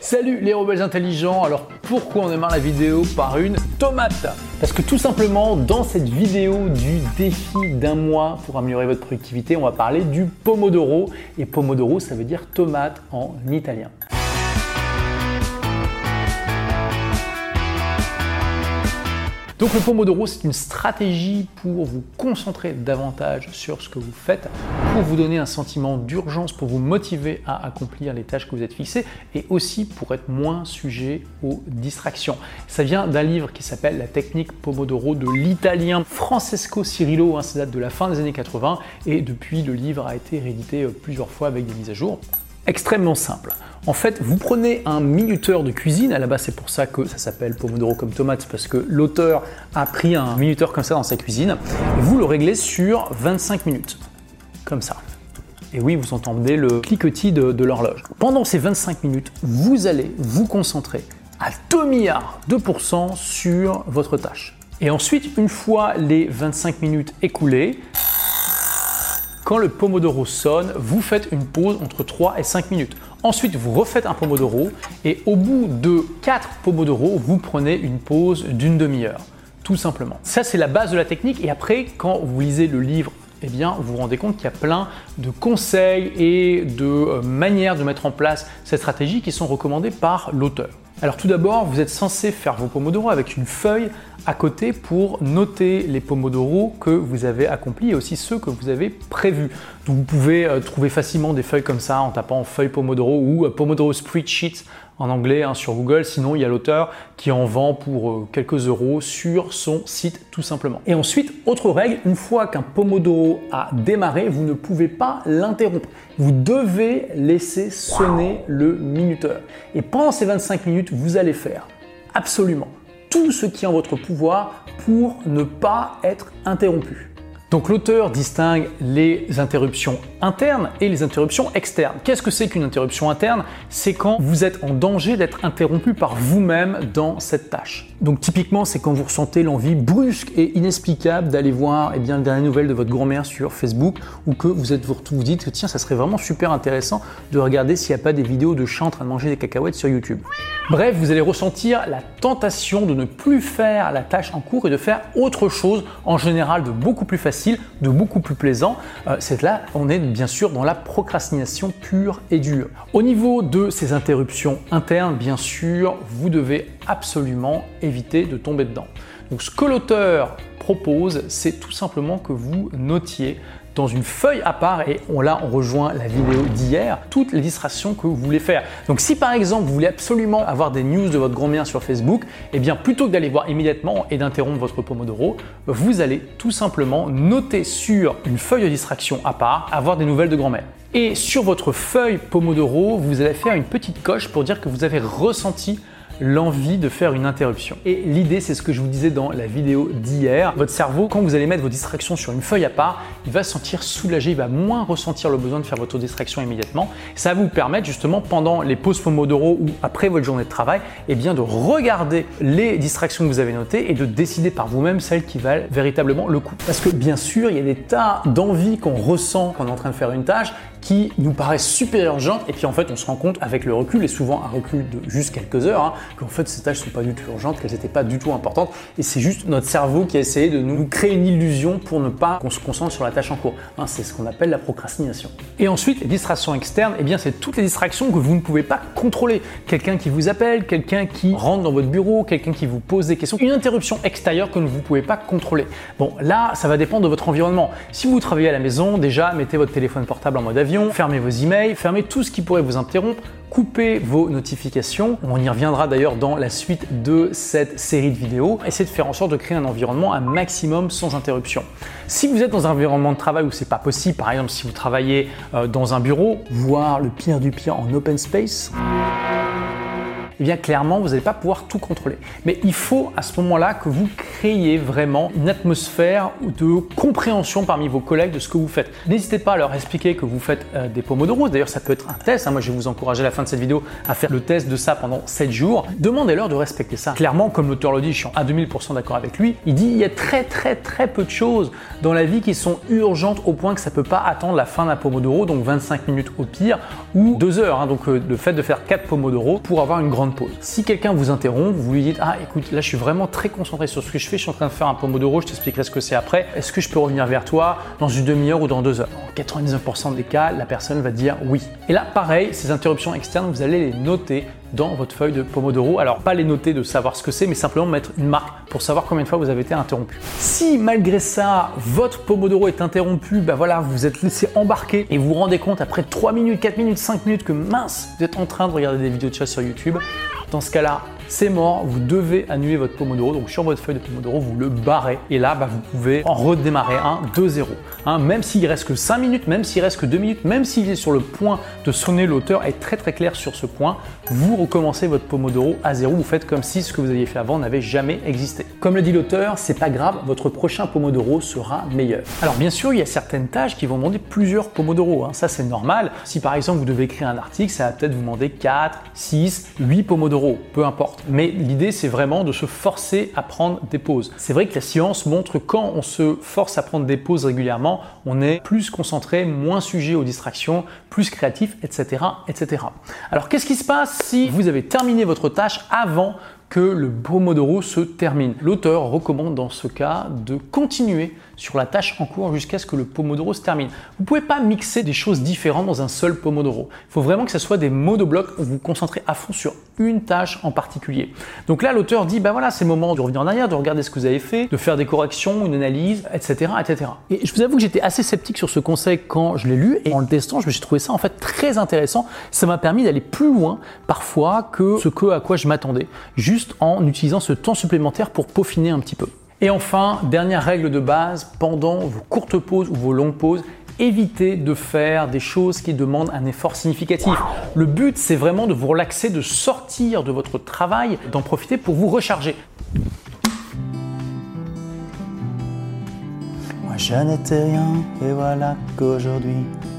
Salut les rebelles intelligents. Alors pourquoi on démarre la vidéo par une tomate? Parce que tout simplement dans cette vidéo du défi d'un mois pour améliorer votre productivité, on va parler du Pomodoro. Et Pomodoro, ça veut dire tomate en italien. Donc le Pomodoro, c'est une stratégie pour vous concentrer davantage sur ce que vous faites, pour vous donner un sentiment d'urgence, pour vous motiver à accomplir les tâches que vous êtes fixées et aussi pour être moins sujet aux distractions. Ça vient d'un livre qui s'appelle La technique Pomodoro de l'italien Francesco Cirillo, ça date de la fin des années 80 et depuis le livre a été réédité plusieurs fois avec des mises à jour. Extrêmement simple. En fait, vous prenez un minuteur de cuisine, à la base c'est pour ça que ça s'appelle Pomodoro comme tomate, parce que l'auteur a pris un minuteur comme ça dans sa cuisine, et vous le réglez sur 25 minutes, comme ça. Et oui, vous entendez le cliquetis de l'horloge. Pendant ces 25 minutes, vous allez vous concentrer à 2 milliards de % sur votre tâche. Et ensuite, une fois les 25 minutes écoulées, quand le Pomodoro sonne, vous faites une pause entre 3 et 5 minutes. Ensuite, vous refaites un Pomodoro et au bout de 4 Pomodoro, vous prenez une pause d'une demi-heure, tout simplement. Ça, c'est la base de la technique et après, quand vous lisez le livre, eh bien, vous vous rendez compte qu'il y a plein de conseils et de manières de mettre en place cette stratégie qui sont recommandées par l'auteur. Alors tout d'abord, vous êtes censé faire vos Pomodoro avec une feuille à côté pour noter les Pomodoro que vous avez accomplis et aussi ceux que vous avez prévus. Donc vous pouvez trouver facilement des feuilles comme ça en tapant feuille Pomodoro ou Pomodoro Spreadsheet en anglais sur Google. Sinon, il y a l'auteur qui en vend pour quelques euros sur son site tout simplement. Et ensuite, autre règle, une fois qu'un Pomodoro a démarré, vous ne pouvez pas l'interrompre. Vous devez laisser sonner le minuteur. Et pendant ces 25 minutes, vous allez faire absolument tout ce qui est en votre pouvoir pour ne pas être interrompu. Donc l'auteur distingue les interruptions internes et les interruptions externes. Qu'est-ce que c'est qu'une interruption interne? C'est quand vous êtes en danger d'être interrompu par vous-même dans cette tâche. Donc typiquement, c'est quand vous ressentez l'envie brusque et inexplicable d'aller voir les dernières nouvelles de votre grand-mère sur Facebook ou que vous dites que tiens, ça serait vraiment super intéressant de regarder s'il n'y a pas des vidéos de chats en train de manger des cacahuètes sur YouTube. Bref, vous allez ressentir la tentation de ne plus faire la tâche en cours et de faire autre chose, en général de beaucoup plus facile, de beaucoup plus plaisant. C'est là, on est bien sûr dans la procrastination pure et dure. Au niveau de ces interruptions internes, bien sûr, vous devez absolument éviter de tomber dedans. Donc ce que l'auteur propose, c'est tout simplement que vous notiez dans une feuille à part, et là on rejoint la vidéo d'hier, toutes les distractions que vous voulez faire. Donc si par exemple vous voulez absolument avoir des news de votre grand-mère sur Facebook, eh bien plutôt que d'aller voir immédiatement et d'interrompre votre Pomodoro, vous allez tout simplement noter sur une feuille de distraction à part, avoir des nouvelles de grand-mère. Et sur votre feuille Pomodoro, vous allez faire une petite coche pour dire que vous avez ressenti l'envie de faire une interruption. Et l'idée, c'est ce que je vous disais dans la vidéo d'hier. Votre cerveau, quand vous allez mettre vos distractions sur une feuille à part, il va se sentir soulagé, il va moins ressentir le besoin de faire votre distraction immédiatement. Ça va vous permettre justement pendant les pauses Pomodoro ou après votre journée de travail, eh bien de regarder les distractions que vous avez notées et de décider par vous-même celles qui valent véritablement le coup. Parce que bien sûr, il y a des tas d'envies qu'on ressent quand on est en train de faire une tâche qui nous paraissent super urgentes et puis en fait on se rend compte avec le recul et souvent un recul de juste quelques heures qu'en fait ces tâches ne sont pas du tout urgentes, qu'elles n'étaient pas du tout importantes et c'est juste notre cerveau qui a essayé de nous créer une illusion pour ne pas qu'on se concentre sur la tâche en cours. C'est ce qu'on appelle la procrastination. Et ensuite les distractions externes, eh bien c'est toutes les distractions que vous ne pouvez pas contrôler. Quelqu'un qui vous appelle, quelqu'un qui rentre dans votre bureau, quelqu'un qui vous pose des questions, une interruption extérieure que vous ne pouvez pas contrôler. Bon là ça va dépendre de votre environnement. Si vous travaillez à la maison, déjà mettez votre téléphone portable en mode avion, fermez vos emails, fermez tout ce qui pourrait vous interrompre, coupez vos notifications. On y reviendra d'ailleurs dans la suite de cette série de vidéos. Essayez de faire en sorte de créer un environnement un maximum sans interruption. Si vous êtes dans un environnement de travail où c'est pas possible, par exemple si vous travaillez dans un bureau, voire le pire du pire en open space, eh bien clairement, vous n'allez pas pouvoir tout contrôler. Mais il faut à ce moment-là que vous créiez vraiment une atmosphère de compréhension parmi vos collègues de ce que vous faites. N'hésitez pas à leur expliquer que vous faites des Pomodoro. D'ailleurs, ça peut être un test. Moi, je vais vous encourager à la fin de cette vidéo à faire le test de ça pendant 7 jours. Demandez-leur de respecter ça. Clairement, comme l'auteur le dit, je suis à 2000% d'accord avec lui. Il dit il y a très peu de choses dans la vie qui sont urgentes au point que ça ne peut pas attendre la fin d'un Pomodoro, donc 25 minutes au pire, ou 2 heures. Donc le fait de faire 4 Pomodoro pour avoir une grande pause. Si quelqu'un vous interrompt, vous lui dites ah écoute, là je suis vraiment très concentré sur ce que je fais, je suis en train de faire un Pomodoro, je t'expliquerai ce que c'est après. Est-ce que je peux revenir vers toi dans une demi-heure ou dans 2 heures? En 99% des cas, la personne va dire oui. Et là, pareil, ces interruptions externes, vous allez les noter dans votre feuille de Pomodoro. Alors, pas les noter de savoir ce que c'est, mais simplement mettre une marque pour savoir combien de fois vous avez été interrompu. Si malgré ça, votre Pomodoro est interrompu, voilà, vous êtes laissé embarquer et vous vous rendez compte après 3 minutes, 4 minutes, 5 minutes que mince, vous êtes en train de regarder des vidéos de chat sur YouTube, dans ce cas-là, c'est mort, vous devez annuler votre Pomodoro. Donc sur votre feuille de Pomodoro, vous le barrez et là, vous pouvez en redémarrer un de 0. Même s'il reste que 5 minutes, même s'il reste que 2 minutes, même s'il est sur le point de sonner, l'auteur est très clair sur ce point, vous recommencez votre Pomodoro à 0. Vous faites comme si ce que vous aviez fait avant n'avait jamais existé. Comme le dit l'auteur, c'est pas grave, votre prochain Pomodoro sera meilleur. Alors bien sûr, il y a certaines tâches qui vont demander plusieurs Pomodoro. Ça, c'est normal. Si par exemple, vous devez écrire un article, ça va peut-être vous demander 4, 6, 8 Pomodoro, peu importe. Mais l'idée, c'est vraiment de se forcer à prendre des pauses. C'est vrai que la science montre que quand on se force à prendre des pauses régulièrement, on est plus concentré, moins sujet aux distractions, plus créatif, etc., etc. Alors, qu'est-ce qui se passe si vous avez terminé votre tâche avant que le Pomodoro se termine? L'auteur recommande dans ce cas de continuer sur la tâche en cours jusqu'à ce que le Pomodoro se termine. Vous ne pouvez pas mixer des choses différentes dans un seul Pomodoro. Il faut vraiment que ce soit des mono-blocs où vous vous concentrez à fond sur une tâche en particulier. Donc là, l'auteur dit, voilà, c'est le moment de revenir en arrière, de regarder ce que vous avez fait, de faire des corrections, une analyse, etc., etc. Et je vous avoue que j'étais assez sceptique sur ce conseil quand je l'ai lu et en le testant, je me suis trouvé ça en fait très intéressant. Ça m'a permis d'aller plus loin parfois que ce à quoi je m'attendais, juste en utilisant ce temps supplémentaire pour peaufiner un petit peu. Et enfin, dernière règle de base, pendant vos courtes pauses ou vos longues pauses, évitez de faire des choses qui demandent un effort significatif. Le but, c'est vraiment de vous relaxer, de sortir de votre travail, d'en profiter pour vous recharger. Moi je n'étais rien et voilà qu'aujourd'hui...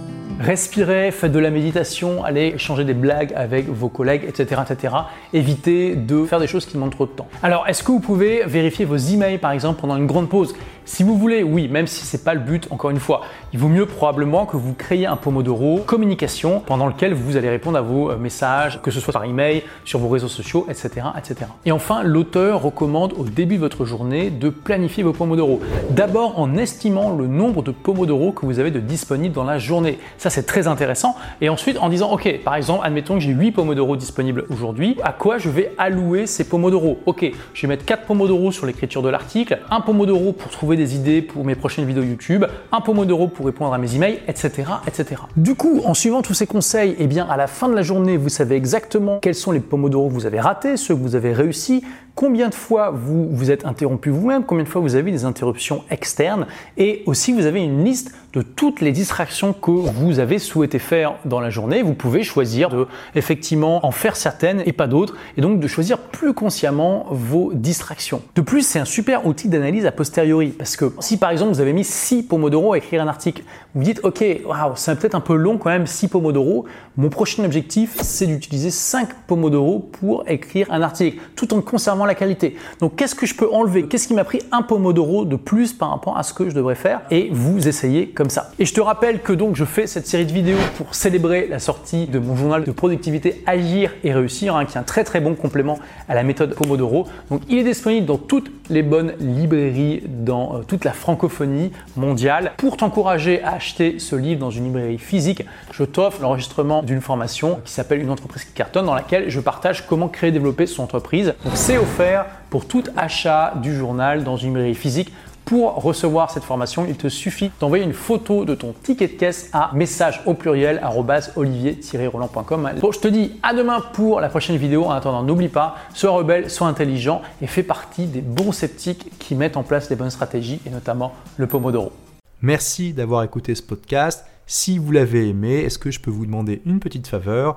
Respirez, faites de la méditation, allez échanger des blagues avec vos collègues, etc., etc. Évitez de faire des choses qui demandent trop de temps. Alors, est-ce que vous pouvez vérifier vos emails, par exemple, pendant une grande pause? Si vous voulez, oui, même si ce n'est pas le but, encore une fois, il vaut mieux probablement que vous créiez un Pomodoro communication pendant lequel vous allez répondre à vos messages, que ce soit par email, sur vos réseaux sociaux, etc., etc. Et enfin, l'auteur recommande au début de votre journée de planifier vos Pomodoro. D'abord en estimant le nombre de Pomodoro que vous avez de disponibles dans la journée. Ça, c'est très intéressant. Et ensuite, en disant, ok, par exemple, admettons que j'ai 8 Pomodoro disponibles aujourd'hui, à quoi je vais allouer ces Pomodoro? Ok, je vais mettre 4 Pomodoro sur l'écriture de l'article, un Pomodoro pour trouver des idées pour mes prochaines vidéos YouTube, un Pomodoro pour répondre à mes emails, etc., etc. Du coup, en suivant tous ces conseils, à la fin de la journée, vous savez exactement quels sont les Pomodoro que vous avez ratés, ceux que vous avez réussi, combien de fois vous vous êtes interrompu vous-même, combien de fois vous avez des interruptions externes et aussi vous avez une liste de toutes les distractions que vous avez souhaité faire dans la journée. Vous pouvez choisir de effectivement en faire certaines et pas d'autres et donc de choisir plus consciemment vos distractions. De plus, c'est un super outil d'analyse a posteriori parce que si par exemple vous avez mis 6 Pomodoro à écrire un article, vous dites ok, waouh, c'est peut-être un peu long quand même 6 Pomodoro. Mon prochain objectif, c'est d'utiliser 5 Pomodoro pour écrire un article tout en conservant la qualité. Donc qu'est-ce que je peux enlever? Qu'est-ce qui m'a pris un Pomodoro de plus par rapport à ce que je devrais faire? Et vous essayez comme ça. Et je te rappelle que donc je fais cette série de vidéos pour célébrer la sortie de mon journal de productivité Agir et Réussir, qui est un très très bon complément à la méthode Pomodoro. Donc il est disponible dans toutes les bonnes librairies dans toute la francophonie mondiale. Pour t'encourager à acheter ce livre dans une librairie physique, je t'offre l'enregistrement d'une formation qui s'appelle Une entreprise qui cartonne, dans laquelle je partage comment créer et développer son entreprise. Donc c'est offert pour tout achat du journal dans une librairie physique. Pour recevoir cette formation, il te suffit d'envoyer une photo de ton ticket de caisse à message au pluriel @olivier-roland.com. Bon, je te dis à demain pour la prochaine vidéo. En attendant, n'oublie pas, sois rebelle, sois intelligent et fais partie des bons sceptiques qui mettent en place les bonnes stratégies et notamment le Pomodoro. Merci d'avoir écouté ce podcast. Si vous l'avez aimé, est-ce que je peux vous demander une petite faveur?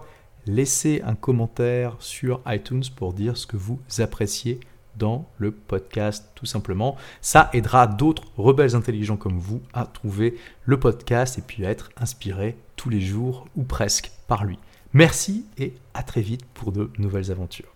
laissez un commentaire sur iTunes pour dire ce que vous appréciez dans le podcast, tout simplement. Ça aidera d'autres rebelles intelligents comme vous à trouver le podcast et puis à être inspirés tous les jours ou presque par lui. Merci et à très vite pour de nouvelles aventures.